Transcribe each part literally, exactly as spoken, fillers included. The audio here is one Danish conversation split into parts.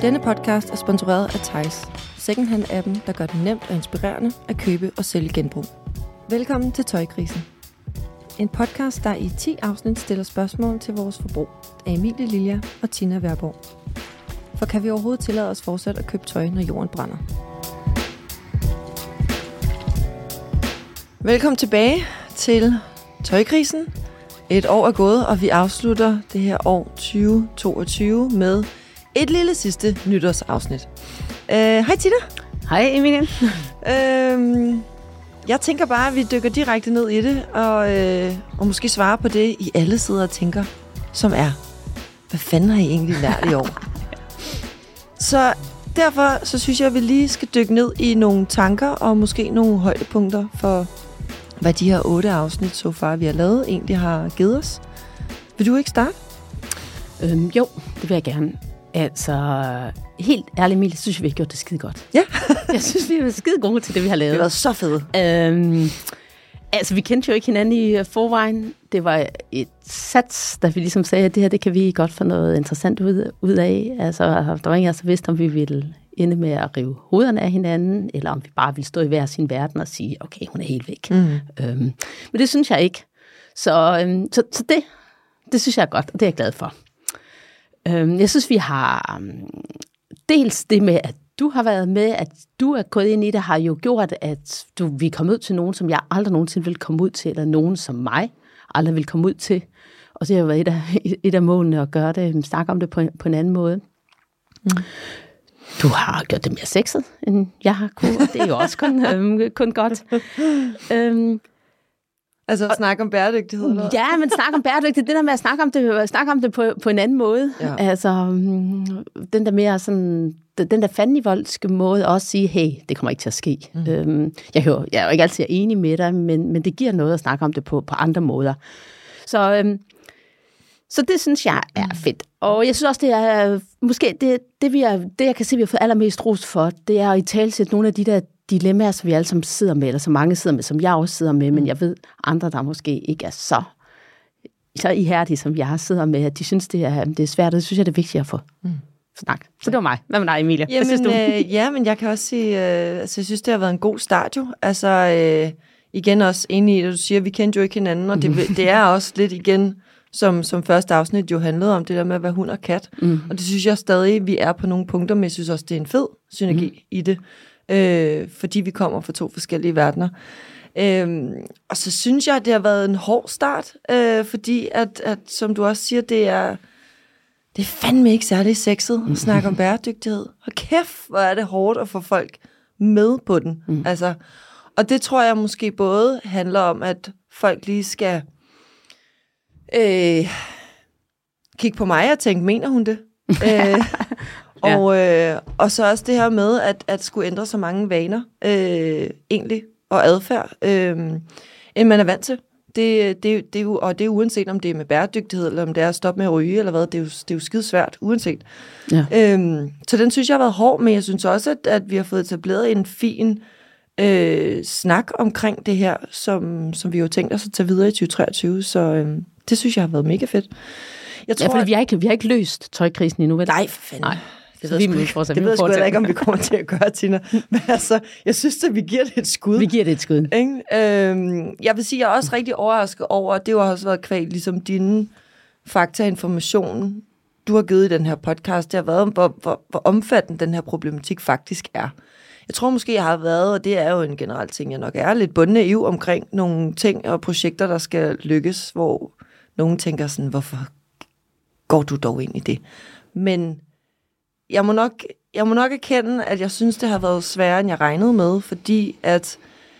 Denne podcast er sponsoreret af Theis, secondhand-appen, der gør det nemt og inspirerende at købe og sælge genbrug. Velkommen til Tøjkrisen. En podcast, der i ti afsnit stiller spørgsmål til vores forbrug af Emilie Lilja og Tina Værborg. For kan vi overhovedet tillade os fortsat at købe tøj, når jorden brænder? Velkommen tilbage til Tøjkrisen. Et år er gået, og vi afslutter det her år tyve toogtyve med et lille sidste nytårsafsnit. Uh, hej Tina. Hej Emilie. uh, jeg tænker bare, at vi dykker direkte ned i det, og, uh, og måske svarer på det, I alle sidder og tænker, som er, hvad fanden har I egentlig lært i år? Så derfor så synes jeg, at vi lige skal dykke ned i nogle tanker, og måske nogle højdepunkter for, hvad de her otte afsnit, så far vi har lavet, egentlig har givet os. Vil du ikke starte? Øhm, jo, det vil jeg gerne. Altså, helt ærligt, Emilie, synes jeg, vi har gjort det skide godt. Ja. Jeg synes, vi er skide gode til det, vi har lavet. Det har været så fedt. Øhm, altså, vi kendte jo ikke hinanden i forvejen. Det var et sats, da vi ligesom sagde, at det her, det kan vi godt få noget interessant ud, ud af. Altså, der var ingen af os, der vidste, om vi ville ende med at rive hovederne af hinanden, eller om vi bare ville stå i hver sin verden og sige, okay, hun er helt væk. Mm. Øhm, men det synes jeg ikke. Så, øhm, så, så det, det synes jeg er godt, og det er jeg glad for. Øhm, jeg synes, vi har um, dels det med, at du har været med, at du er gået ind i det, har jo gjort, at du, vi er kommet ud til nogen, som jeg aldrig nogensinde ville komme ud til, eller nogen som mig aldrig ville komme ud til. Og det har jo været et af, et af målene at gøre det, snakke om det på, på en anden måde. Mm. Du har gjort det mere sexet, end jeg har kunnet. Det er jo også kun, øhm, kun godt. Øhm, altså at snakke om bæredygtighed? Eller? Ja, men snakke om bæredygtighed. Det der med at snakke om det, snakke om det på, på en anden måde. Ja. Altså, den der mere sådan, den der fandenivoldske måde også sige, hey, det kommer ikke til at ske. Mm. Øhm, jeg, hører, jeg er jo ikke altid enig med dig, men, men det giver noget at snakke om det på, på andre måder. Så... Øhm, Så det synes jeg er fedt. Og jeg synes også, det er måske det, det, vi er, det jeg kan se, vi har fået allermest ros for, det er at i tale sætte nogle af de der dilemmaer, som vi alle sammen sidder med, eller som mange sidder med, som jeg også sidder med, men jeg ved andre, der måske ikke er så, så ihærdige, som jeg sidder med, at de synes, det er, det er svært, og det synes jeg, det er vigtigt at få mm. snak. Så det var mig. Hvad med dig, Emilie? Jamen, Hvad synes du? Øh, ja, men jeg kan også sige, øh, altså, jeg synes, det har været en god start jo. Altså, øh, igen også enig i det, du siger, vi kendte jo ikke hinanden, og det, det er også lidt igen... Som, som første afsnit jo handlede om det der med at være hund og kat. Mm. Og det synes jeg stadig, vi er på nogle punkter, men jeg synes også, det er en fed synergi mm. i det. Øh, fordi vi kommer fra to forskellige verdener. Øh, og så synes jeg, at det har været en hård start. Øh, fordi, at, at som du også siger, det er, det er fandme ikke særlig sexet at snakke om bæredygtighed. Og kæft, hvor er det hårdt at få folk med på den. Mm. Altså, og det tror jeg måske både handler om, at folk lige skal... Øh, kigge på mig og tænke, mener hun det? øh, og, øh, og så også det her med, at, at skulle ændre så mange vaner, øh, egentlig, og adfærd, øh, end man er vant til. Det, det, det er jo, og det er uanset, om det er med bæredygtighed, eller om det er at stoppe med at ryge, eller hvad, det er jo, det er jo skide svært, uanset. Ja. Øh, så den synes jeg har været hård, men jeg synes også, at, at vi har fået etableret en fin øh, snak omkring det her, som, som vi jo tænkt os at tage videre i tyve treogtyve, så... Øh, det synes jeg har været mega fedt. Jeg tror, ja, fordi vi har, ikke, vi har ikke løst tøjkrisen endnu, vel? Nej, for fanden. Nej, det ved, vi vi sgu, det ved jeg sgu heller ikke, om vi kommer til at gøre, Tina. Men altså, jeg synes, at vi giver det et skud. Vi giver det et skud. Ikke? Øhm, jeg vil sige, at jeg er også rigtig overrasket over, at det har også været kvæg, ligesom dine fakta og information, du har givet i den her podcast, det har været, hvor, hvor, hvor omfattende den her problematik faktisk er. Jeg tror måske, jeg har været, og det er jo en generel ting, jeg nok er, lidt bundnaiv omkring nogle ting og projekter, der skal lykkes, hvor nogen tænker sådan, hvorfor går du dog ind i det? Men jeg må nok, jeg må nok erkende, at jeg synes, det har været sværere, end jeg regnede med, fordi at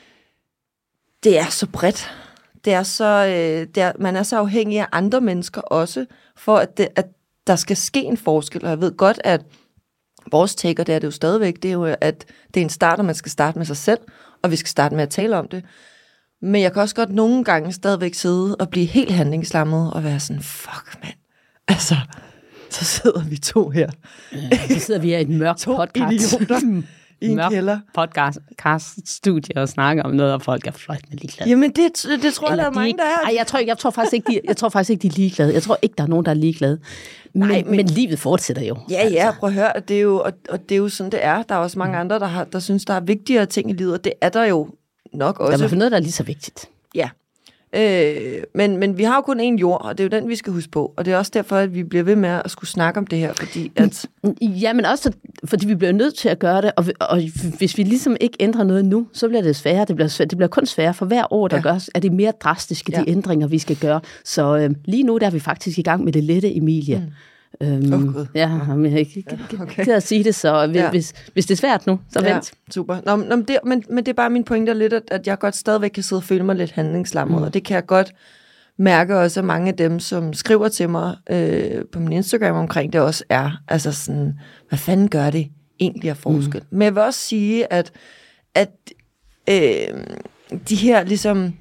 det er så bredt. Det er så, øh, det er, man er så afhængig af andre mennesker også, for at, det, at der skal ske en forskel. Og jeg ved godt, at vores take, og det er det jo stadigvæk, det er jo, at det er en start, og man skal starte med sig selv, og vi skal starte med at tale om det. Men jeg kan også godt nogle gange stadigvæk sidde og blive helt handlingslammet og være sådan, fuck mand, altså, så sidder vi to her. Ja, så sidder vi her i et mørkt to podcast. idioter i en kælder. podcast-studie og snakke om noget, og folk er fløjtende ligeglade. Jamen, det, det tror jeg, der er de mange, ikke, der er. Ej, jeg tror, jeg tror faktisk ikke, de, jeg tror faktisk ikke, de er ligeglade. Jeg tror ikke, der er nogen, der er ligeglade. Men, Nej, men, men livet fortsætter jo. Ja, ja, altså. Prøv at høre, det er jo, og, og det er jo sådan, det er. Der er også mange andre, der, har, der synes, der er vigtigere ting i livet, og det er der jo nok også. Der er noget, der er lige så vigtigt. Ja. Øh, men, men vi har jo kun én jord, og det er jo den, vi skal huske på. Og det er også derfor, at vi bliver ved med at skulle snakke om det her, fordi at... Ja, men også fordi vi bliver nødt til at gøre det, og, og hvis vi ligesom ikke ændrer noget nu, så bliver det sværere. Det bliver, svære, det bliver kun sværere, for hver år, der ja. gørs, er det mere drastiske, de ja. ændringer, vi skal gøre. Så øh, lige nu der er vi faktisk i gang med det lette, Emilie. Mm. Øhm, oh, God. Ja, men jeg kan ikke okay. at sige det, så hvis, ja. hvis, hvis det er svært nu, så ja, vent. Super. Nå, men, det, men, men det er bare min pointe lidt, at, at jeg godt stadigvæk kan sidde og føle mig lidt handlingslammet, mm. og det kan jeg godt mærke også, at mange af dem, som skriver til mig øh, på min Instagram omkring det også er, altså sådan, hvad fanden gør det egentlig af forskel? Mm. Men jeg vil også sige, at, at øh, de her ligesom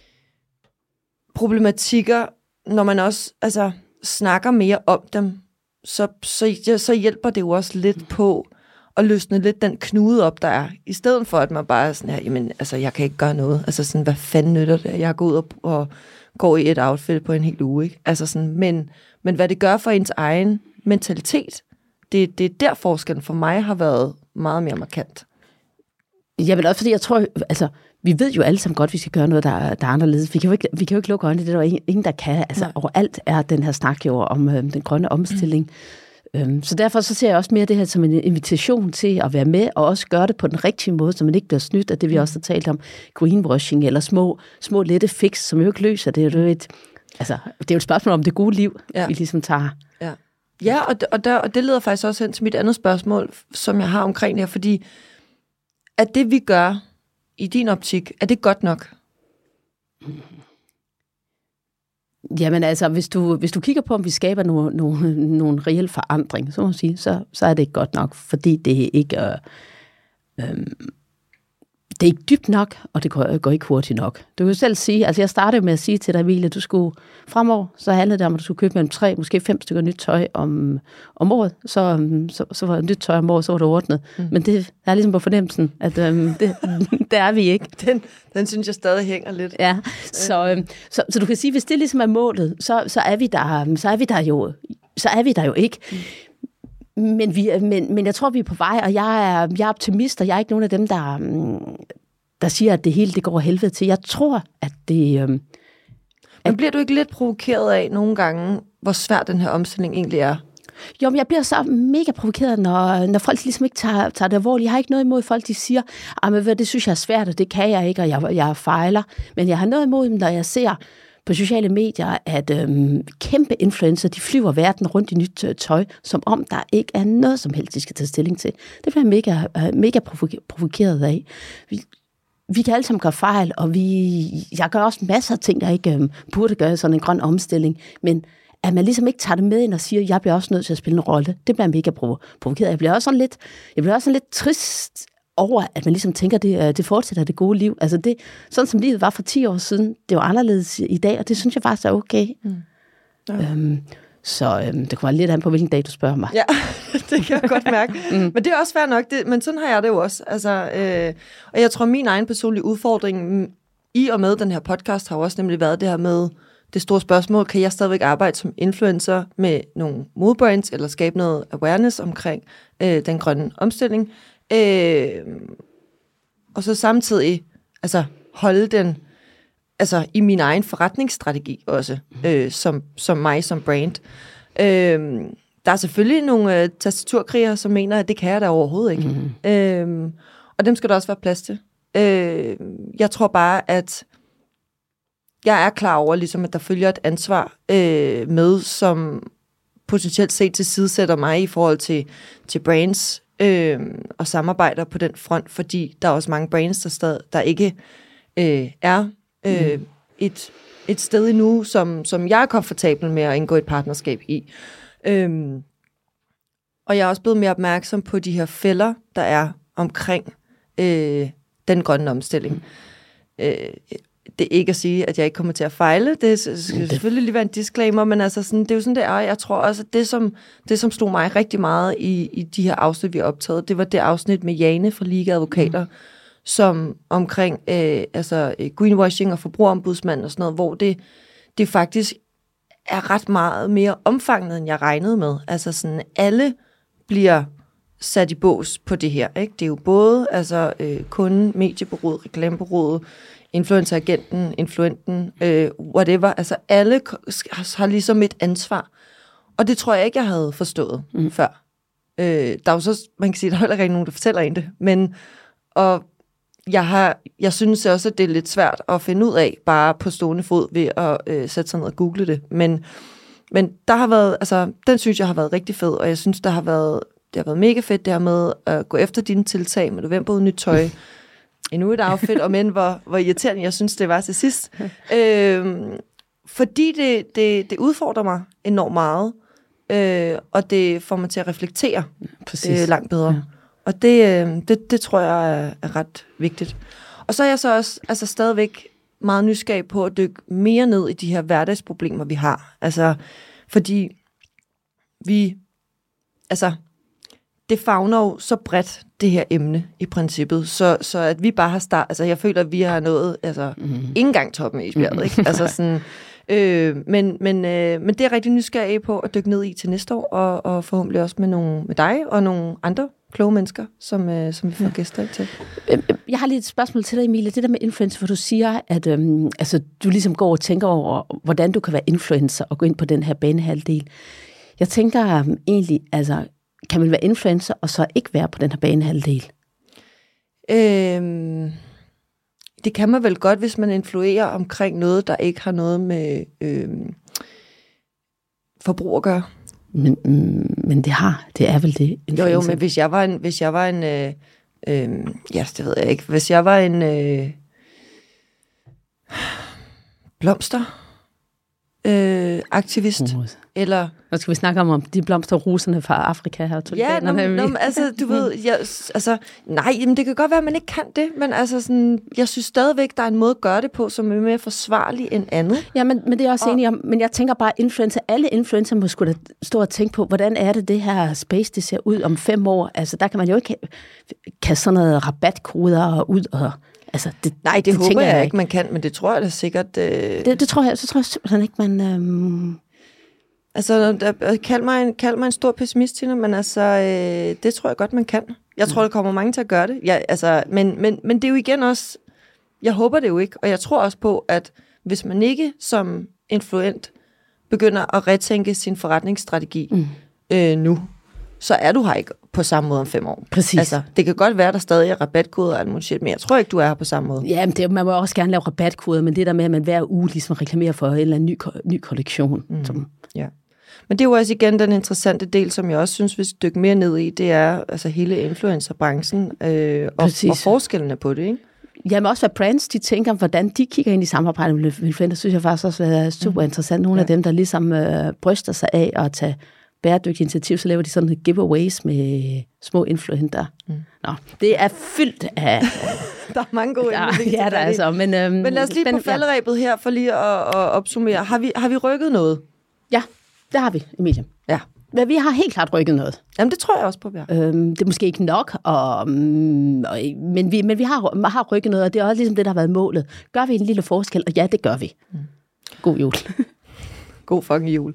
problematikker, når man også altså, snakker mere om dem, så, så, så hjælper det jo også lidt på at løsne lidt den knude op, der er. I stedet for, at man bare er sådan her, jamen, altså, jeg kan ikke gøre noget. Altså sådan, hvad fanden nytter det? Jeg går ud og, og går i et outfit på en hel uge, ikke? Altså sådan, men, men hvad det gør for ens egen mentalitet, det, det er der forskellen for mig har været meget mere markant. Ja, men også fordi jeg tror, altså, vi ved jo alle sammen godt, at vi skal gøre noget, der, der er anderledes. Vi kan jo ikke, vi kan jo ikke lukke øjnene, det er der ingen, ingen der kan. Altså, Nej. Overalt er den her snak jo om øhm, den grønne omstilling. Mm. Øhm, så derfor så ser jeg også mere det her som en invitation til at være med, og også gøre det på den rigtige måde, så man ikke bliver snydt af det, vi også har talt om, greenwashing, eller små, små lette fix, som jo ikke løser. Det er jo et, altså, det er jo et spørgsmål om det gode liv, ja. vi ligesom tager. Ja, ja og, og, der, og det leder faktisk også hen til mit andet spørgsmål, som jeg har omkring det her, fordi at det, vi gør i din optik, er det godt nok? Jamen altså, hvis du, hvis du kigger på, om vi skaber nogle, nogle, nogle reel forandring, så må man sige, så, så er det ikke godt nok, fordi det er ikke, øh, øh, det er ikke dybt nok, og det går, går ikke hurtigt nok. Du kan jo selv sige, altså jeg startede med at sige til dig, Emilie, du skulle fremover, så handlede det om, at du skulle købe mellem tre, måske fem stykker nyt tøj om, om året, så, så, så var det nyt tøj om året, så var det ordnet. Mm. Men det er ligesom på fornemmelsen, at øhm, det, det er vi ikke. Den, den synes jeg stadig hænger lidt. Ja, så, øhm, så, så du kan sige, hvis det ligesom er målet, så, så, er vi der, så er vi der jo, så er vi der jo ikke. Mm. Men, vi, men, men jeg tror, vi er på vej, og jeg er, jeg er optimist, og jeg er ikke nogen af dem, der, der siger, at det hele det går helvede til. Jeg tror, at det... Øhm, men bliver du ikke lidt provokeret af nogle gange, hvor svær den her omstilling egentlig er? Jo, men jeg bliver så mega provokeret, når, når folk ligesom ikke tager, tager det alvorligt. Jeg har ikke noget imod folk, de siger, at det synes jeg er svært, og det kan jeg ikke, og jeg, jeg fejler. Men jeg har noget imod dem, når jeg ser på sociale medier, at øhm, kæmpe influencer, de flyver verden rundt i nyt tøj, som om der ikke er noget som helst, de skal tage stilling til. Det bliver jeg mega, mega provokeret af. Vi, vi kan alle sammen gøre fejl, og vi, jeg gør også masser af ting, jeg ikke øhm, burde gøre sådan en grøn omstilling, men at man ligesom ikke tager det med ind og siger, at jeg bliver også nødt til at spille en rolle, det bliver jeg mega provokeret. Jeg bliver også sådan lidt, jeg bliver også sådan lidt trist over, at man ligesom tænker, det, det fortsætter det gode liv. Altså det, sådan som livet var for ti år siden, det var anderledes i dag, og det synes jeg faktisk er okay. Mm. Ja. Øhm, så øhm, det kommer lidt an på, hvilken dag du spørger mig. Ja, det kan jeg godt mærke. mm. Men det er også fair nok, det, men sådan har jeg det jo også. Altså, øh, og jeg tror, min egen personlige udfordring i og med den her podcast har også nemlig været det her med det store spørgsmål, kan jeg stadigvæk arbejde som influencer med nogle modebrands, eller skabe noget awareness omkring øh, den grønne omstilling, øh, og så samtidig altså, holde den altså, i min egen forretningsstrategi også, øh, som, som mig som brand. Øh, der er selvfølgelig nogle øh, tastaturkrigere, som mener, at det kan jeg da overhovedet ikke. Mm-hmm. Øh, og dem skal der også være plads til. Øh, jeg tror bare, at jeg er klar over, ligesom, at der følger et ansvar øh, med, som potentielt set tilsidesætter mig i forhold til, til brands øh, og samarbejder på den front, fordi der er også mange brands, der, stadig, der ikke øh, er øh, mm. et, et sted endnu, som, som jeg er komfortabel med at indgå et partnerskab i. Øh, og jeg er også blevet mere opmærksom på de her fælder, der er omkring øh, den grønne omstilling. Mm. Øh, det er ikke at sige, at jeg ikke kommer til at fejle. Det skal selvfølgelig lige være en disclaimer, men altså sådan, det er jo sådan, det er. Jeg tror også, at det som, det, som slog mig rigtig meget i, i de her afsnit, vi har optaget, det var det afsnit med Jane fra Liga Advokater, mm. som omkring øh, altså, greenwashing og forbrugerombudsmand og sådan noget, hvor det, det faktisk er ret meget mere omfanget, end jeg regnede med. Altså sådan, alle bliver sat i bås på det her, ikke? Det er jo både altså, øh, kunden, mediebureauet, reklamebureauet, influenceragenten, influenten, øh, whatever. Altså alle har ligesom et ansvar. Og det tror jeg ikke, jeg havde forstået mm. før. Øh, der er jo så, man kan sige, der er heller ikke nogen, der fortæller en det. Men, og jeg, har, jeg synes også, at det er lidt svært at finde ud af, bare på stående fod ved at øh, sætte sig ned og google det. Men, men der har været, altså, den synes jeg har været rigtig fed, og jeg synes, der har været, det har været mega fedt, det her med at gå efter dine tiltag med november uden nyt tøj. Endnu et outfit, og men hvor, hvor irriterende jeg synes, det var til sidst. øhm, fordi det, det, det udfordrer mig enormt meget, øh, og det får mig til at reflektere øh, langt bedre. Ja. Og det, øh, det, det tror jeg er, er ret vigtigt. Og så er jeg så også altså stadigvæk meget nysgerrig på at dykke mere ned i de her hverdagsproblemer, vi har. Altså, fordi vi... Altså... det favner jo så bredt, det her emne i princippet, så, så at vi bare har startet, altså jeg føler, at vi har nået, altså mm. ikke engang toppen af isbjerget, ikke? Altså sådan, øh, men, men, øh, men det er jeg rigtig nysgerrig på at dykke ned i til næste år, og, og forhåbentlig også med, nogle, med dig og nogle andre kloge mennesker, som, øh, som vi får gæster til. Jeg har lige et spørgsmål til dig, Emilie. Det der med influencer, hvor du siger, at øhm, altså, du ligesom går og tænker over, hvordan du kan være influencer og gå ind på den her banehalvdel. Jeg tænker um, egentlig, altså kan man være influencer, og så ikke være på den her banehalvdel? Øhm, det kan man vel godt, hvis man influerer omkring noget, der ikke har noget med øhm, forbrug at gøre. Men, mm, men det har, det er vel det. Jo, jo, men hvis jeg var en, hvis jeg var en, øh, øh, ja, det ved jeg ikke, hvis jeg var en øh, blomster øh, aktivist, oh. eller... Nu skal vi snakke om, om de blomsterroserne fra Afrika her. Ja, nå, nå, altså, du ved, jeg, altså, nej, jamen, det kan godt være, at man ikke kan det, men altså, sådan, jeg synes stadigvæk, der er en måde at gøre det på, som er mere forsvarlig end andet. Ja, men, men det er også og, enig om, men jeg tænker bare, influencer, alle influencer må sgu da stå og tænke på, hvordan er det, det her space, det ser ud om fem år? Altså, der kan man jo ikke kaste sådan noget rabatkoder ud og... Altså, det, nej, det, det håber jeg, jeg ikke, man kan, men det tror jeg da sikkert... Øh... Det, det tror jeg, så tror jeg simpelthen ikke, man... Øh... Altså, der, kald, mig en, kald mig en stor pessimist, Tina, men altså, øh, det tror jeg godt, man kan. Jeg tror, der kommer mange til at gøre det. Ja, altså, men, men, men det er jo igen også, jeg håber det jo ikke, og jeg tror også på, at hvis man ikke som influent begynder at retænke sin forretningsstrategi mm. øh, nu, så er du her ikke på samme måde om fem år. Præcis. Altså, det kan godt være, der stadig er rabatkoder og alt muligt shit, men jeg tror ikke, du er her på samme måde. Ja, men det, man må også gerne lave rabatkoder, men det der med, at man hver uge ligesom reklamerer for en eller anden ny, ny kollektion. Mm. Som ja. Men det er jo også igen den interessante del, som jeg også synes, vi skal dykke mere ned i, det er altså hele influencerbranchen øh, og, og forskellene på det, ikke? Jamen også, hvad brands, de tænker, hvordan de kigger ind i samarbejde med influencer, synes jeg faktisk også er super interessant. Nogle mm. af dem, der ligesom øh, bryster sig af at tage bæredygtige initiativ, så laver de sådan giveaways med små influenter. Mm. Nå, det er fyldt af... der er mange gode ja, ja, der er altså. Men, øhm, men lad os lige på falderæbet her, for lige at, at opsummere. Har vi, har vi rykket noget? Ja, det har vi, Emilie. Ja. Men vi har helt klart rykket noget. Jamen, det tror jeg også på, vi har. Øhm, det er måske ikke nok, og, og, men vi, men vi har, har rykket noget, og det er også ligesom det, der har været målet. Gør vi en lille forskel? Og ja, det gør vi. Mm. God jul. God fucking jul.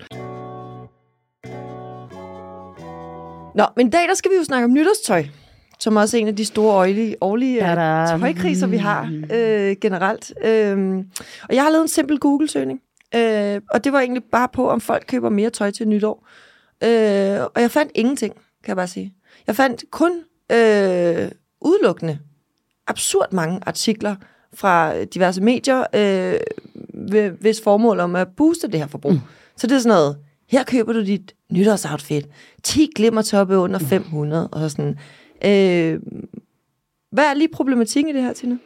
Nå, men i dag, der skal vi jo snakke om nytårstøj, som også er en af de store årlige, årlige ja, tøjkriser, vi har øh, generelt. Øh, og jeg har lavet en simpel Google-søgning, øh, og det var egentlig bare på, om folk køber mere tøj til nytår. Øh, og jeg fandt ingenting, kan jeg bare sige. Jeg fandt kun øh, udelukkende absurd mange artikler fra diverse medier, øh, hvis formål om at booste det her forbrug. Mm. Så det er sådan noget, her køber du dit nytårsoutfit, ti glimmertoppe under fem hundrede, og sådan. Øh, hvad er lige problematikken i det her, Tina?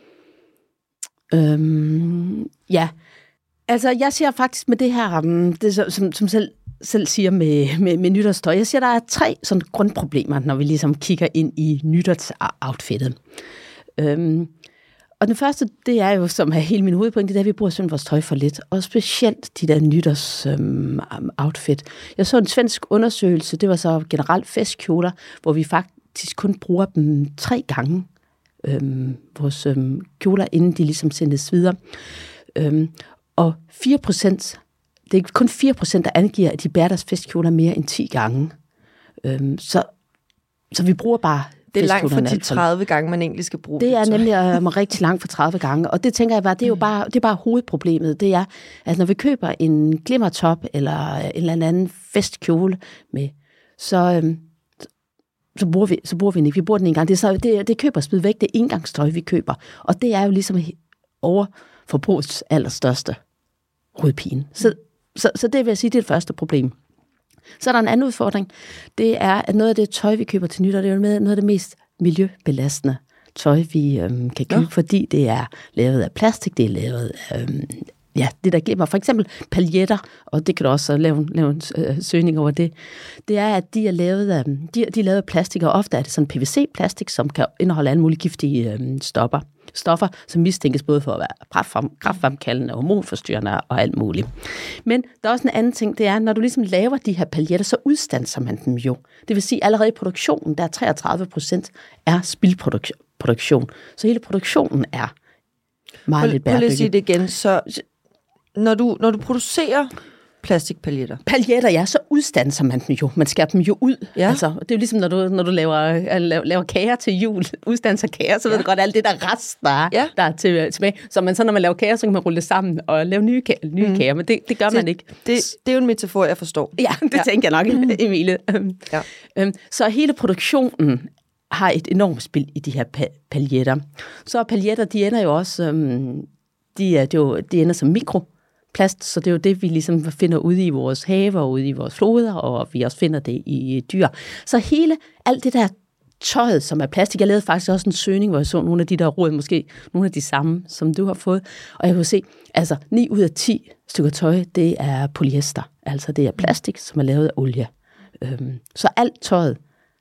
Øhm, ja, altså jeg siger faktisk med det her, det, som, som selv, selv siger med, med, med nytårstøj, jeg siger, der er tre sådan grundproblemer, når vi ligesom kigger ind i nytårsoutfittet. Øhm, Og den første, det er jo, som er hele min hovedpoint, det er, at vi bruger simpelthen vores tøj for lidt. Og specielt de der nytårs øhm, outfit. Jeg så en svensk undersøgelse, det var så generelt festkjoler, hvor vi faktisk kun bruger dem tre gange. Øhm, vores øhm, kjoler, inden de ligesom sendes videre. Øhm, og fire procent, det er kun fire procent, der angiver, at de bærer deres festkjoler mere end ti gange. Øhm, så, så vi bruger bare det er langt fra de tredive gange, man egentlig skal bruge det. Det er nemlig um, rigtig langt fra tredive gange, og det tænker jeg bare, det er jo bare, det er bare hovedproblemet. Det er, at når vi køber en glimmertop eller en eller anden festkjole med, så, øhm, så, bruger vi, så bruger vi den ikke. Vi bruger den en gang. Det er, så, det, det køber spid væk, det er engangstøj, vi køber. Og det er jo ligesom overforbrugets allerstørste hovedpine. Så, så, så det vil jeg sige, det er det første problem. Så er der en anden udfordring. Det er, at noget af det tøj, vi køber til nytår, det er jo noget af det mest miljøbelastende tøj, vi øhm, kan købe, ja. Fordi det er lavet af plastik, det er lavet af, øhm, ja, det der glimmer. For eksempel paljetter, og det kan du også lave, lave en øh, søgning over det. Det er, at de er lavet af, de, de er lavet af plastik, og ofte er det sådan P V C-plastik, som kan indeholde alle mulige giftige øhm, stoffer. Stoffer, som mistænkes både for at være kræftfremkaldende, hormonforstyrrende og alt muligt. Men der er også en anden ting, det er, når du ligesom laver de her paljetter, så udstanser man dem jo. Det vil sige, allerede i produktionen, der er treogtredive procent er spildproduktion. Så hele produktionen er meget lidt bæredygtig. Prøv lige at sige det igen. Så når du, når du producerer plastikpaljetter. Paljetter, ja, så udstanser man dem jo. Man skærer dem jo ud. Ja. Altså, det er jo ligesom, når du, når du laver, laver, laver kager til jul, udstanser kager, så ja. Ved du godt, alt det der rest, der er, ja. Der er til, tilbage. Så man så, når man laver kager, så kan man rulle det sammen og lave nye kager, nye mm. kager, men det, det gør det, man ikke. Det, det er jo en metafor, jeg forstår. Ja, det ja. Tænker jeg nok, mm. Emilie. Ja. Så hele produktionen har et enormt spil i de her paljetter. Så paljetter, de ender jo også, de, er, de ender som mikro. Plast, så det er jo det, vi ligesom finder ude i vores haver, og ude i vores floder, og vi også finder det i dyr. Så hele, alt det der tøjet, som er plastik, jeg lavede faktisk også en søgning, hvor jeg så nogle af de der råd, måske nogle af de samme, som du har fået, og jeg kunne se, altså ni ud af ti stykker tøj, det er polyester, altså det er plastik, som er lavet af olie. Så alt tøjet,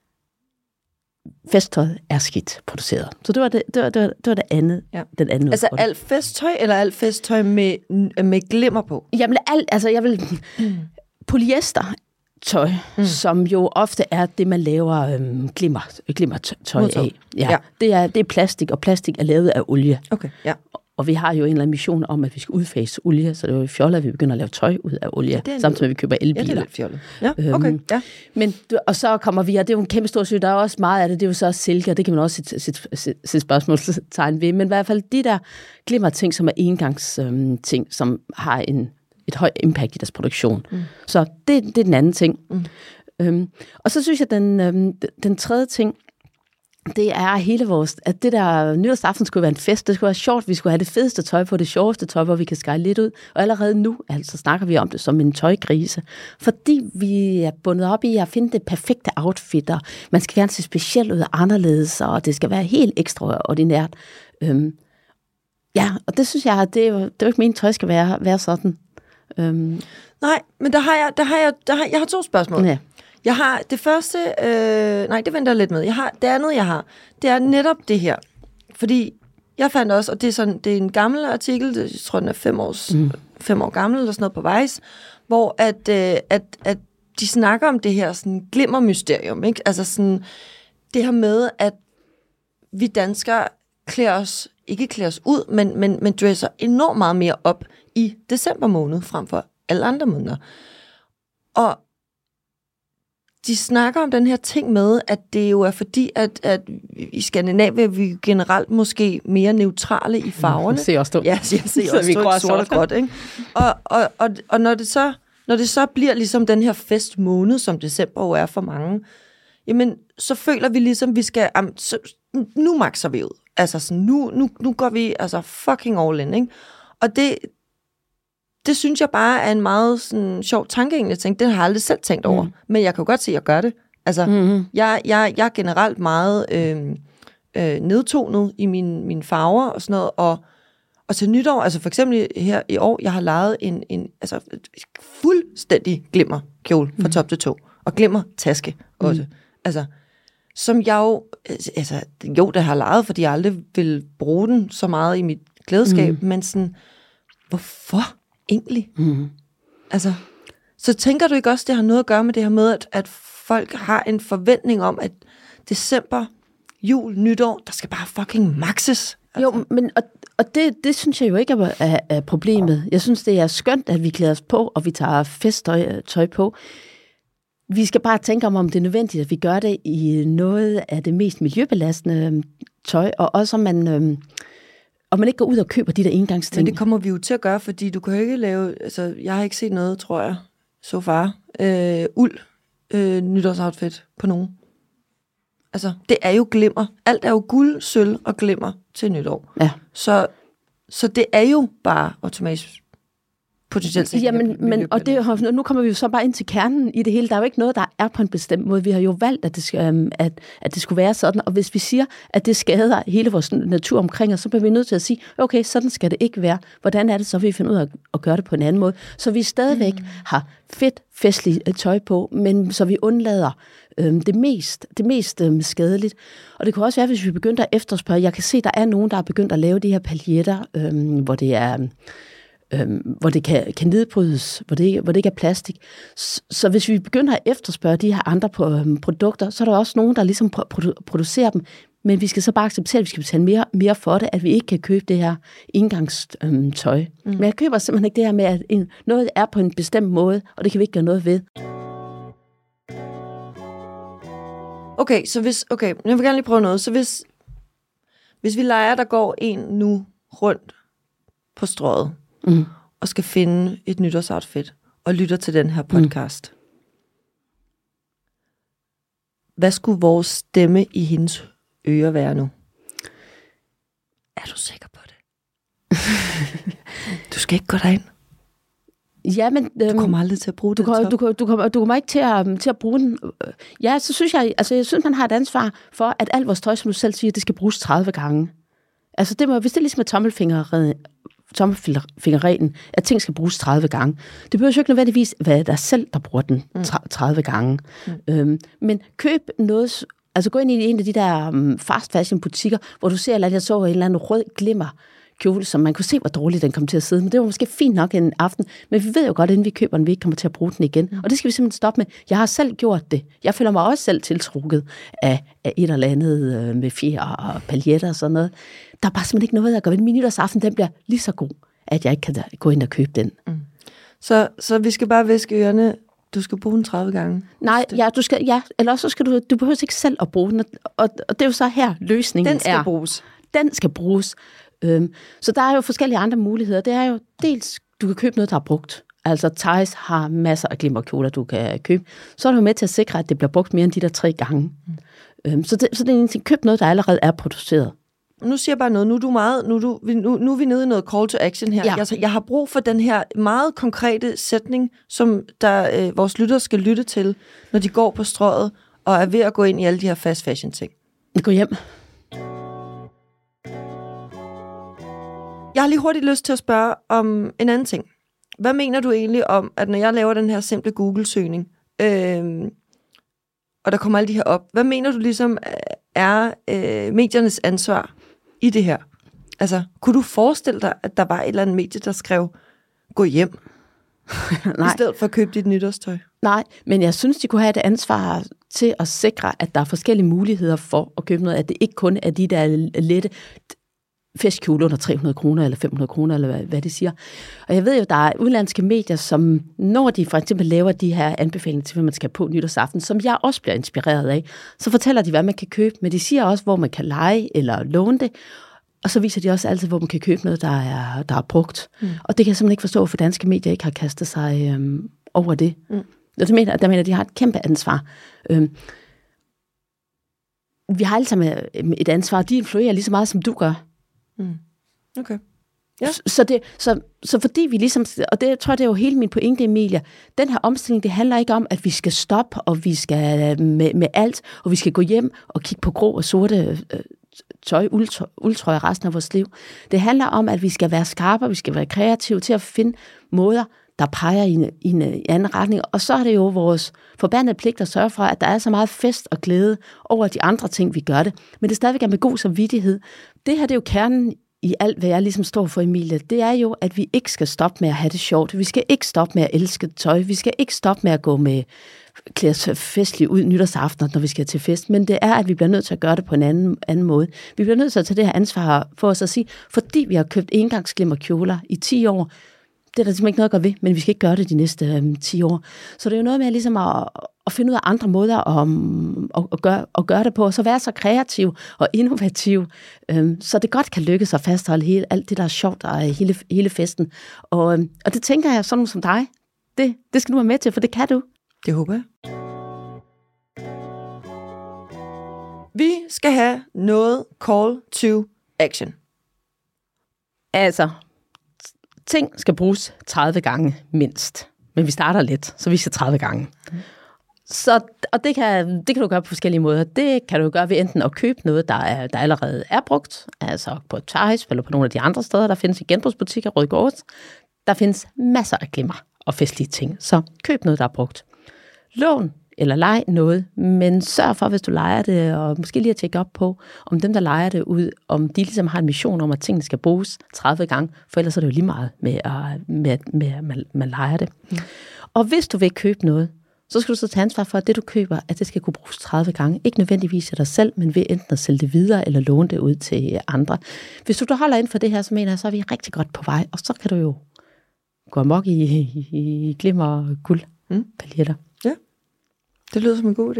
festtøjet er skidt produceret. Så det var det, det, var, det, var, det, var det andet. Ja. Den anden altså udfordring. Alt festtøj, eller alt festtøj med, med glimmer på? Jamen alt, altså jeg vil... Mm. Polyestertøj, mm. som jo ofte er det, man laver øhm, glimmer, glimmertøj af. Ja, ja. Det, er, det er plastik, og plastik er lavet af olie. Okay, ja. Og vi har jo en eller anden mission om, at vi skal udfase olie, så det er jo fjollet, at vi begynder at lave tøj ud af olie, ja, samtidig med, at vi køber elbiler. Ja, det er lidt fjollet. Ja, okay, øhm, ja. Men, og så kommer vi, og det er jo en kæmpe stor syge, der er også meget af det, det er jo så silke, og det kan man også sætte spørgsmålstegn ved, men i hvert fald de der glimmerting, som er engangsting, øhm, som har en, et højt impact i deres produktion. Mm. Så det, det er den anden ting. Mm. Øhm, og så synes jeg, den, øhm, den tredje ting, det er hele vores, at det der nytårsaften skulle være en fest, det skulle være sjovt, vi skulle have det fedeste tøj på, det sjoveste tøj, hvor vi kan skære lidt ud, og allerede nu, altså snakker vi om det som en tøjkrise, fordi vi er bundet op i at finde det perfekte outfit, og man skal gerne se specielt ud og anderledes, og det skal være helt ekstraordinært. Øhm, ja, og det synes jeg, at det er jo, det er jo ikke meningen, tøj skal være, være sådan. Øhm. Nej, men der har jeg, der har jeg, der har, jeg har to spørgsmål. Ja. Jeg har det første, øh, nej, det venter jeg lidt med. Jeg har det andet, jeg har, det er netop det her. Fordi jeg fandt også, og det er, sådan, det er en gammel artikel, det, jeg tror, den er fem, års, mm. fem år gammel, eller sådan noget på Vice, hvor at, øh, at, at de snakker om det her sådan glimmermysterium, ikke? Altså sådan, det her med, at vi danskere klæder os, ikke klæder os ud, men, men, men dresser enormt meget mere op i december måned, frem for alle andre måneder. Og de snakker om den her ting med, at det jo er fordi, at, at i Skandinavien er vi generelt måske mere neutrale i farverne. Se også du. Ja, jeg ser også du, sort og gråt, ikke? Og, og, og, og når, det så, når det så bliver ligesom den her festmåned, som december jo er for mange, jamen, så føler vi ligesom, vi skal, um, så, nu makser vi ud. Altså, sådan, nu, nu, nu går vi altså fucking all in, ikke? Og det... Det synes jeg bare er en meget sådan, sjov tanke, egentlig. Jeg tænkte, det har jeg aldrig selv tænkt over. Mm. Men jeg kan jo godt se, at jeg gør det. Altså, mm-hmm. jeg, jeg, jeg er generelt meget øh, øh, nedtonet i mine, mine farver og sådan noget. Og, og til nytår, altså for eksempel her i år, jeg har lavet en, en altså, fuldstændig glimmerkjole fra mm. top til tå. Og glimmertaske også. Mm. Altså, som jeg jo, altså jo, det har lejet, fordi jeg aldrig vil bruge den så meget i mit klædeskab, mm. men sådan, hvorfor egentlig? Mm. Altså, så tænker du ikke også, det har noget at gøre med det her med, at, at folk har en forventning om, at december, jul, nytår, der skal bare fucking maxes. Altså. Jo, men og, og det, det synes jeg jo ikke er, er, er problemet. Jeg synes, det er skønt, at vi klæder os på, og vi tager festtøj tøj på. Vi skal bare tænke om, om det er nødvendigt, at vi gør det i noget af det mest miljøbelastende tøj, og også om man, øhm, om man ikke går ud og køber de der engangsting. Men det kommer vi jo til at gøre, fordi du kan jo ikke lave, altså jeg har ikke set noget, tror jeg, så far, øh, uld øh, nytårsoutfit på nogen. Altså, det er jo glimmer. Alt er jo guld, sølv og glimmer til nytår. Ja. Så, så det er jo bare automatisk potentielt set. Ja, men, men og det, nu kommer vi jo så bare ind til kernen i det hele. Der er jo ikke noget, der er på en bestemt måde. Vi har jo valgt, at det, skal, at, at det skulle være sådan. Og hvis vi siger, at det skader hele vores natur omkring os, så bliver vi nødt til at sige, okay, sådan skal det ikke være. Hvordan er det så, vi finder ud af at gøre det på en anden måde? Så vi stadigvæk mm. har fedt, festligt tøj på, men så vi undlader øhm, det mest, det mest øhm, skadeligt. Og det kunne også være, hvis vi begyndte at efterspørge. Jeg kan se, der er nogen, der er begyndt at lave de her paljetter, øhm, hvor det er... Øhm, hvor det kan, kan nedbrydes, hvor det, hvor det ikke er plastik. Så, så hvis vi begynder at efterspørge de her andre på, øhm, produkter, så er der også nogen, der ligesom produ- producerer dem, men vi skal så bare acceptere, at vi skal betale mere, mere for det, at vi ikke kan købe det her engangstøj. Øhm, mm. Men jeg køber simpelthen ikke det her med, at en, noget er på en bestemt måde, og det kan vi ikke gøre noget ved. Okay, så hvis, okay, jeg vil gerne lige prøve noget. Så hvis, hvis vi leger, der går en nu rundt på strøget, mm. og skal finde et nytårsoutfit, og lytter til den her podcast. Mm. Hvad skulle vores stemme i hendes ører være nu? Er du sikker på det? Du skal ikke gå derind. Ja, men... Øhm, du kommer aldrig til at bruge du det kommer, du, du, kommer, du kommer ikke til at, til at bruge den. Ja, så synes jeg... Altså, jeg synes, man har et ansvar for, at alt vores tøj, som du selv siger, det skal bruges tredive gange. Altså, det må, hvis det ligesom er tommelfingeren, tommelfingerreglen, at ting skal bruges tredive gange. Det behøver jo ikke nødvendigvis være dig selv, der bruger den tredive gange. Mm. Øhm, men køb noget, altså gå ind i en af de der um, fast fashion butikker, hvor du ser, at jeg så en eller anden rød glimmer kjole, som man kunne se, hvor dårligt den kom til at sidde. Men det var måske fint nok en aften, men vi ved jo godt, inden vi køber den, vi ikke kommer til at bruge den igen. Mm. Og det skal vi simpelthen stoppe med. Jeg har selv gjort det. Jeg føler mig også selv tiltrukket af, af et eller andet øh, med fjer og paljetter og sådan noget. Der er bare simpelthen ikke noget at gøre ved. Min nytårsaften, den bliver lige så god, at jeg ikke kan gå ind og købe den. Mm. Så, så vi skal bare viske ørerne. Du skal bruge den tredive gange. Nej, ja, du skal, ja, eller også så skal du, du behøver ikke selv at bruge den. Og, og det er jo så her, løsningen er. Den skal er. bruges. Den skal bruges. Øhm, så der er jo forskellige andre muligheder. Det er jo dels, du kan købe noget, der er brugt. Altså Theis har masser af glimmerkjoler, du kan købe. Så er du med til at sikre, at det bliver brugt mere end de der tre gange. Mm. Øhm, så, det, så det er en ting, køb noget, der allerede er produceret. Nu siger jeg bare noget. Nu er, du meget, nu, er du, nu, nu er vi nede i noget call to action her. Ja. Jeg, jeg har brug for den her meget konkrete sætning, som der, øh, vores lyttere skal lytte til, når de går på strøget og er ved at gå ind i alle de her fast fashion ting. Gå hjem. Jeg har lige hurtigt lyst til at spørge om en anden ting. Hvad mener du egentlig om, at når jeg laver den her simple Google-søgning, øh, og der kommer alle de her op, hvad mener du ligesom er øh, mediernes ansvar i det her? Altså, kunne du forestille dig, at der var et eller andet medie, der skrev, gå hjem, Nej. i stedet for at købe dit nytårstøj? Nej, men jeg synes, de kunne have et ansvar til at sikre, at der er forskellige muligheder for at købe noget, at det ikke kun er de der lette festkjole under tre hundrede kroner eller fem hundrede kroner, eller hvad, hvad de siger. Og jeg ved jo, der er udenlandske medier, som når de for eksempel laver de her anbefalinger til, hvad man skal på nytårsaften, som jeg også bliver inspireret af, så fortæller de, hvad man kan købe, men de siger også, hvor man kan leje eller låne det, og så viser de også altid, hvor man kan købe noget, der er, der er brugt. Mm. Og det kan jeg simpelthen ikke forstå, for danske medier ikke har kastet sig øhm, over det. Mm. Og det mener, der mener, at de har et kæmpe ansvar. Øhm, vi har alle sammen et ansvar, de influerer lige så meget, som du gør. Mm. Okay. Ja. Så, så, det, så, så fordi vi ligesom, og det tror jeg, det er jo hele min pointe, Emilia, den her omstilling, det handler ikke om, at vi skal stoppe, og vi skal med, med alt, og vi skal gå hjem og kigge på grå og sorte øh, tøj, uldtrøj resten af vores liv. Det handler om, at vi skal være skarpe, vi skal være kreative til at finde måder, der peger i en, i en anden retning. Og så er det jo vores forbandede pligt at sørge for, at der er så meget fest og glæde over de andre ting, vi gør det. Men det stadigvæk er med god samvittighed. Det her det er jo kernen i alt, hvad jeg ligesom står for, Emilie. Det er jo, at vi ikke skal stoppe med at have det sjovt. Vi skal ikke stoppe med at elske tøj. Vi skal ikke stoppe med at gå med klæde os festligt ud nytårsaften, når vi skal til fest. Men det er, at vi bliver nødt til at gøre det på en anden, anden måde. Vi bliver nødt til at tage det her ansvar for os at sige, fordi vi har købt engangsglimmerkjoler i ti år, det er der simpelthen ikke noget at gøre ved, men vi skal ikke gøre det de næste øhm, ti år. Så det er jo noget med ligesom at, at finde ud af andre måder om, at, at, gøre, at gøre det på, og så være så kreativ og innovativ, øhm, så det godt kan lykkes at fastholde hele, alt det, der er sjovt og hele, hele festen. Og, øhm, og det tænker jeg, sådan som dig, det, det skal du være med til, for det kan du. Det håber jeg. Vi skal have noget call to action. Altså, ting skal bruges tredive gange mindst. Men vi starter lidt, så vi skal tredive gange. Mm. Så, og det kan, det kan du gøre på forskellige måder. Det kan du gøre ved enten at købe noget, der, er, der allerede er brugt, altså på Thais eller på nogle af de andre steder, der findes i genbrugsbutikker, Rødgårds. Der findes masser af glimmer og festlige ting, så køb noget, der er brugt. Lån eller lej noget, men sørg for, hvis du lejer det, og måske lige at tjekke op på, om dem, der lejer det ud, om de ligesom har en mission om, at tingene skal bruges tredive gange, for ellers er det jo lige meget med, at med, med, med, man lejer det. Mm. Og hvis du vil købe noget, så skal du så tage ansvar for, at det, du køber, at det skal kunne bruges tredive gange. Ikke nødvendigvis af dig selv, men ved enten at sælge det videre, eller låne det ud til andre. Hvis du der holder ind for det her, så mener jeg, så er vi rigtig godt på vej, og så kan du jo gå amok i, i, i glimmer og guld. Mm. Paljetter. Ja. Det lyder som en god idé.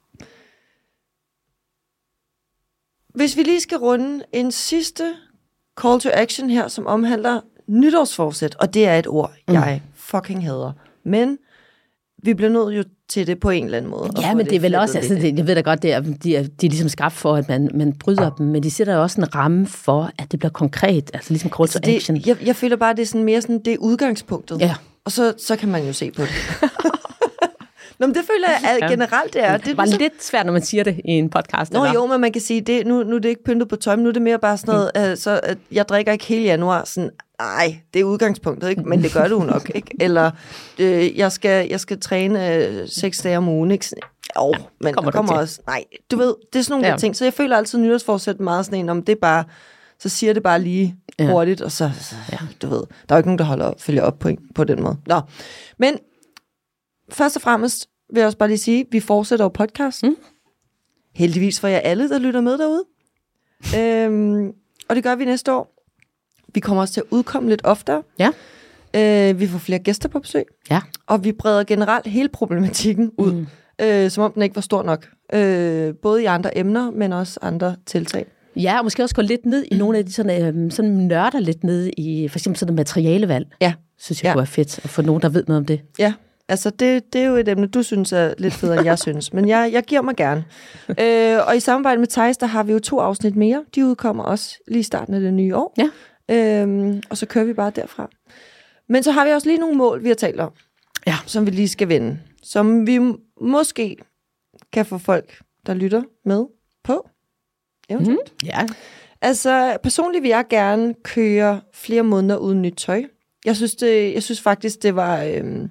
Hvis vi lige skal runde en sidste call to action her, som omhandler nytårsforsæt, og det er et ord, mm. jeg fucking hader. Men vi bliver nødt jo til det på en eller anden måde. Ja, men det, det er vel også, altså, det, jeg ved da godt, det er, de, er, de er ligesom skabt for, at man, man bryder dem, men de sætter jo også en ramme for, at det bliver konkret, altså ligesom call to altså action. Det, jeg, jeg føler bare, det er sådan mere sådan, det er udgangspunktet. Ja. Og så, så kan man jo se på det. Nå, men det føler jeg at generelt, det er. Det var ligesom lidt svært, når man siger det i en podcast. Nå eller? jo, men man kan sige, det, nu, nu er det ikke pyntet på tøj, men nu er det mere bare sådan noget, mm. uh, så at jeg drikker ikke hele januar, sådan, ej, det er udgangspunktet, ikke? Men det gør du nok, ikke? Eller, øh, jeg, skal, jeg skal træne øh, seks dage om ugen, ikke? Jo, ja, men kommer der kommer også, nej, du ved, det er sådan nogle ja. ting, så jeg føler altid nytårsforsæt meget sådan en, om det bare, så siger det bare lige ja. hurtigt, og så, så ja. du ved, der er jo ikke nogen, der holder op, følger op på, på den måde. Nå, men først og fremmest, vil jeg også bare lige sige, at vi fortsætter jo podcasten. Mm. Heldigvis for jer alle, der lytter med derude. øhm, og det gør vi næste år. Vi kommer også til at udkomme lidt oftere. Ja. Øh, vi får flere gæster på besøg. Ja. Og vi breder generelt hele problematikken ud, mm. øh, som om den ikke var stor nok. Øh, både i andre emner, men også andre tiltag. Ja, og måske også gå lidt ned i nogle af de sådan, øh, sådan nørder lidt ned i for eksempel sådan materialevalg. Ja. Synes jeg ja. kunne være fedt at få nogen, der ved noget om det. Ja. Altså, det, det er jo et emne, du synes er lidt federe, end jeg synes. Men jeg, jeg giver mig gerne. øh, og i samarbejde med Thais, der har vi jo to afsnit mere. De udkommer også lige i starten af det nye år. Ja. Øhm, og så kører vi bare derfra. Men så har vi også lige nogle mål, vi har talt om. Ja. Som vi lige skal vende. Som vi måske kan få folk, der lytter med på. Eventuelt. Mm, ja. Altså, personligt vil jeg gerne køre flere måneder uden nyt tøj. Jeg synes, det, jeg synes faktisk, det var... Øhm,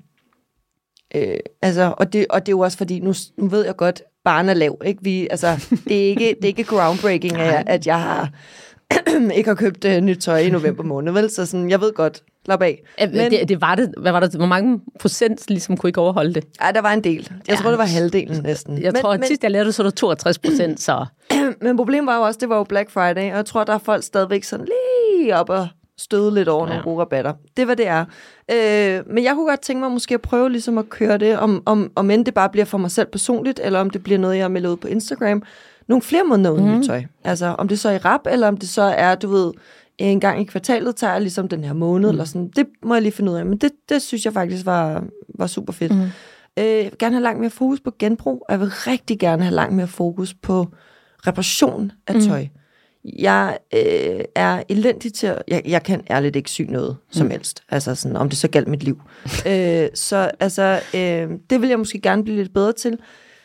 Øh, altså, og, det, og det er jo også fordi, nu, nu ved jeg godt, barn er lav, ikke? Vi, altså, det er ikke, det er ikke groundbreaking, at, at jeg har ikke har købt uh, nyt tøj i november måned, vel? Så sådan, jeg ved godt, slap af. Men, det, det var det, hvad var det, hvor mange procent ligesom kunne ikke overholde det? Ja, der var en del. Jeg ja. tror, det var halvdelen næsten. Jeg men, tror, at men, sidst jeg lavede det, så var der toogtres procent, så... Men problemet var jo også, det var jo Black Friday, og jeg tror, der er folk stadigvæk sådan lige op og støde lidt over ja. nogle gode rabatter. Det var det er. Øh, men jeg kunne godt tænke mig måske at prøve ligesom at køre det, om, om, om end det bare bliver for mig selv personligt, eller om det bliver noget, jeg melder ud på Instagram. Nogle flere måneder uden mm. nyt tøj. Altså, om det så er i rap, eller om det så er, du ved, en gang i kvartalet tager jeg ligesom den her måned, mm. eller sådan. Det må jeg lige finde ud af. Men det, det synes jeg faktisk var, var super fedt. Mm. Øh, jeg vil gerne have langt mere fokus på genbrug, og jeg vil rigtig gerne have langt mere fokus på reparation af tøj. Mm. Jeg øh, er elendig til at... Jeg, jeg kan ærligt ikke sy noget som mm. helst. Altså sådan, om det så galt mit liv. øh, så altså, øh, det vil jeg måske gerne blive lidt bedre til.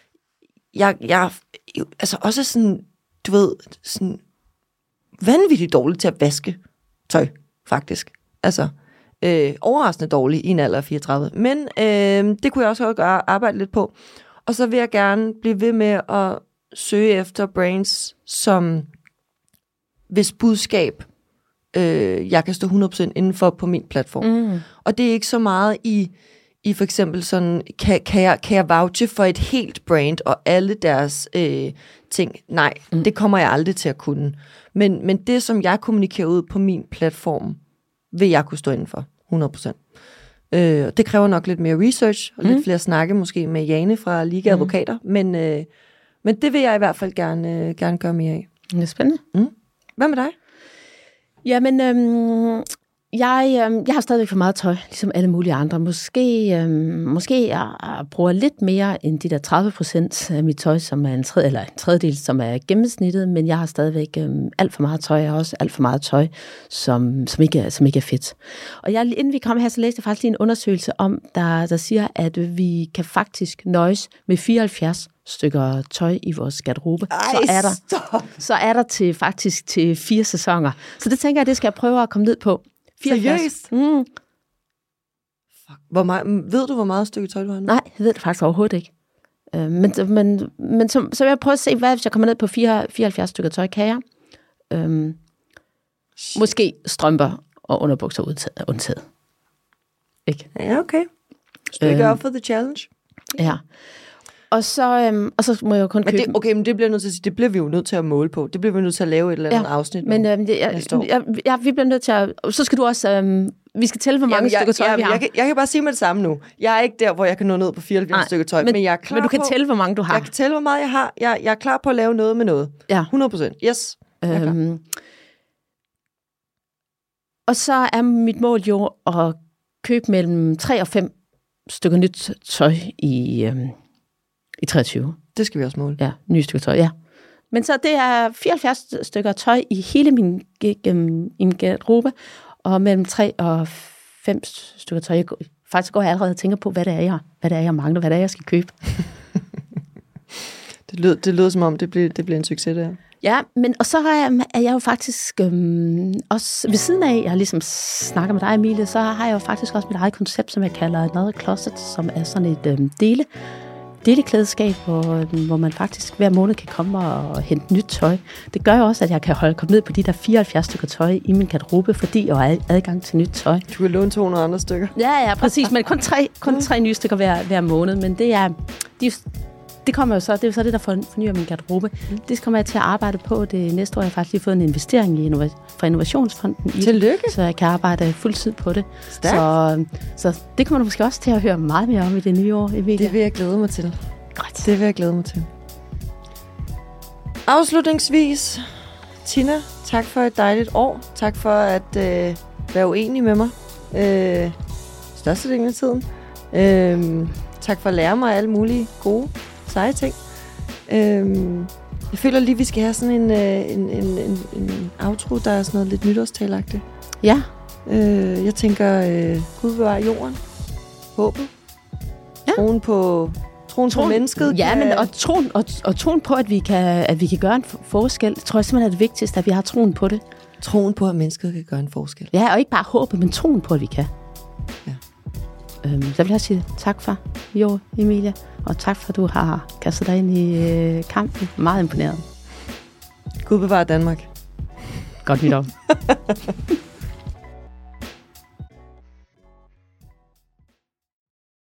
Jeg, jeg altså også sådan, du ved, sådan vanvittigt dårlig til at vaske tøj, faktisk. Altså, Øh, overraskende dårlig i en alder af fireogtredive. Men øh, det kunne jeg også godt gøre, arbejde lidt på. Og så vil jeg gerne blive ved med at søge efter brands, som hvis budskab, øh, jeg kan stå hundrede procent indenfor på min platform. Mm. Og det er ikke så meget i, i for eksempel sådan, kan, kan, jeg, kan jeg vouche for et helt brand og alle deres øh, ting? Nej, mm. det kommer jeg aldrig til at kunne. Men, men det, som jeg kommunikerer ud på min platform, vil jeg kunne stå indenfor, hundrede procent. Øh, det kræver nok lidt mere research, og mm. lidt flere snakke måske med Jane fra Liga Advokater, mm. men, øh, men det vil jeg i hvert fald gerne, øh, gerne gøre mere af. Det er spændende. Mm. Hvad med dig? Jamen, øhm, jeg, øhm, jeg har stadigvæk for meget tøj, ligesom alle mulige andre. Måske, øhm, måske jeg, jeg bruger lidt mere end de der tredive procent af mit tøj, som er en, tredje, eller en tredjedel, som er gennemsnittet, men jeg har stadigvæk øhm, alt for meget tøj, og også alt for meget tøj, som, som, ikke, er, som ikke er fedt. Og jeg, inden vi kom her, så læste jeg faktisk lige en undersøgelse om, der, der siger, at vi kan faktisk nøjes med fireoghalvfjerds stykker tøj i vores garderobe. Ej, så er der, så er der til, faktisk til fire sæsoner. Så det tænker jeg, det skal jeg prøve at komme ned på. fireoghalvfjerds. Seriøst? Mm. Fuck. Hvor meget, ved du, hvor meget stykke tøj du har nu? Nej, jeg ved det faktisk overhovedet ikke. Øh, men men, men så, så vil jeg prøve at se, hvad hvis jeg kommer ned på fireoghalvfjerds stykker tøj, kan jeg? Øhm, måske strømper og underbukser udtaget, undtaget. Ikke? Ja, okay. Stick øh, up for the challenge. Ja. Og så, øhm, og så må jeg jo kun købe... Men det, okay, men det bliver nødt til at sige, det bliver vi jo nødt til at måle på. Det bliver vi nødt til at lave et eller andet ja, afsnit. Men øhm, det, jeg, jeg, jeg, vi bliver nødt til at... Så skal du også... Øhm, vi skal tælle, hvor mange jamen, jeg, stykker tøj jeg, vi har. Jeg, jeg, jeg kan bare sige med det samme nu. Jeg er ikke der, hvor jeg kan nå ned på fireoghalvfjerds Nej, stykker tøj, men, men jeg er klar Men du kan på, tælle, hvor mange du har. Jeg kan tælle, hvor meget jeg har. Jeg, jeg er klar på at lave noget med noget. Ja. hundrede procent. Yes. Øhm, og så er mit mål jo at købe mellem tre og fem stykker nyt tøj i, øhm, i treogtyve. Det skal vi også måle. Ja, nye stykker tøj, ja. Men så det er fireoghalvfjerds stykker tøj i hele min, gennem, i min garderobe, og mellem tre og fem stykker tøj. Jeg, faktisk går jeg allerede og tænker på, hvad det er, jeg, hvad det er, jeg mangler, hvad det er, jeg skal købe. det, lyder, det lyder som om, det bliver, det bliver en succes, det her. Ja, men og så er jeg, er jeg jo faktisk øhm, også ved siden af, jeg ligesom snakker med dig, Emilie, så har jeg jo faktisk også mit eget koncept, som jeg kalder Another Closet, som er sådan et øhm, dele, deleklædeskab, hvor, øhm, hvor man faktisk hver måned kan komme og hente nyt tøj. Det gør jo også, at jeg kan holde komme ned på de der fireoghalvfjerds stykker tøj i min garderobe, fordi jeg har adgang til nyt tøj. Du kan låne to hundrede andre stykker. Ja, ja, præcis, men kun tre, kun tre nye stykker hver, hver måned, men det er... De, Det kommer jo så, det er jo så det, der fornyer min garderobe. Mm. Det kommer jeg til at arbejde på. Det næste år har jeg faktisk lige fået en investering i innova- fra Innovationsfonden. Tillykke. Så jeg kan arbejde fuldtid på det. Så, så det kommer du måske også til at høre meget mere om i det nye år, Emilie. Det vil jeg glæde mig til. Godt. Det vil jeg glæde mig til. Afslutningsvis, Tina, tak for et dejligt år. Tak for at øh, være uenig med mig. Øh, størstedelen af tiden. Øh, tak for at lære mig alle mulige gode seje ting. Øhm, jeg føler lige, vi skal have sådan en, en, en, en, en outro, der er sådan noget lidt nytårstalagtigt. Ja. Øh, jeg tænker, øh, Gud bevarer jorden. Håbet. Ja. Troen på, troen troen, på mennesket. Ja, kan... men og troen, og, og troen på, at vi, kan, at vi kan gøre en forskel. Det tror jeg simpelthen er det vigtigste, at vi har troen på det. Troen på, at mennesket kan gøre en forskel. Ja, og ikke bare håbet, men troen på, at vi kan. Ja. Øhm, så vil jeg sige tak for jo, Emilie. Og tak for, at du har kastet dig ind i øh, kampen. Meget imponeret. Gud bevarer Danmark. Godt nytår.